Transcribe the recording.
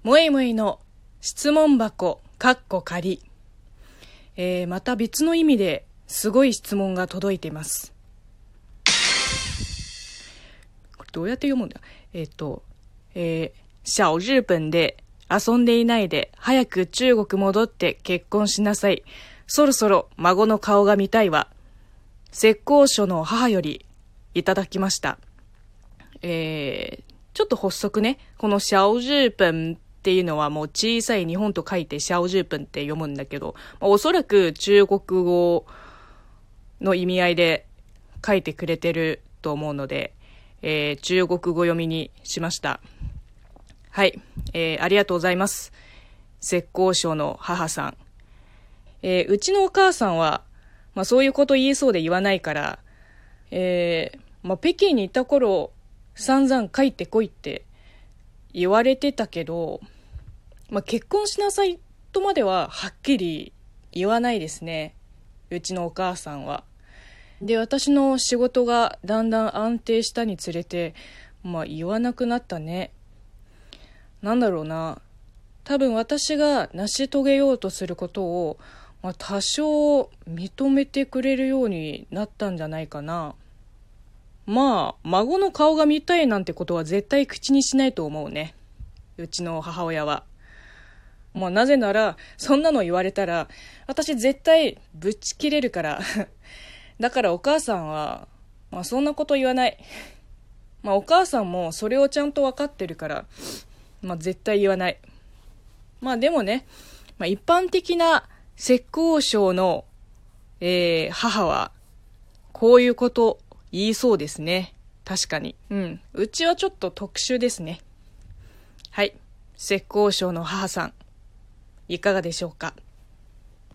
もいもいの質問箱仮。また別の意味ですごい質問が届いています。これどうやって読むんだ。小日本で遊んでいないで早く中国戻って結婚しなさい。そろそろ孫の顔が見たいわ。浙江省の母よりいただきました。ちょっと発足ね。この小日本っていうのはもう小さい日本と書いて小日本って読むんだけど、おそらく中国語の意味合いで書いてくれてると思うので、中国語読みにしました。はい、ありがとうございます。浙江省の母さん。うちのお母さんは、そういうこと言えそうで言わないから、北京にいた頃散々帰ってこいって言われてたけど、結婚しなさいとまでははっきり言わないですね、うちのお母さんは。で、私の仕事がだんだん安定したにつれて、言わなくなったね。なんだろうな、多分私が成し遂げようとすることを、多少認めてくれるようになったんじゃないかな。孫の顔が見たいなんてことは絶対口にしないと思うね、うちの母親は。なぜなら、そんなの言われたら私絶対ぶち切れるからだからお母さんは、そんなこと言わない。お母さんもそれをちゃんと分かってるから、絶対言わない。でもね、一般的な浙江省の、母はこういうこと言いそうですね。確かに。うちはちょっと特殊ですね。はい。浙江省の母さん、いかがでしょうか。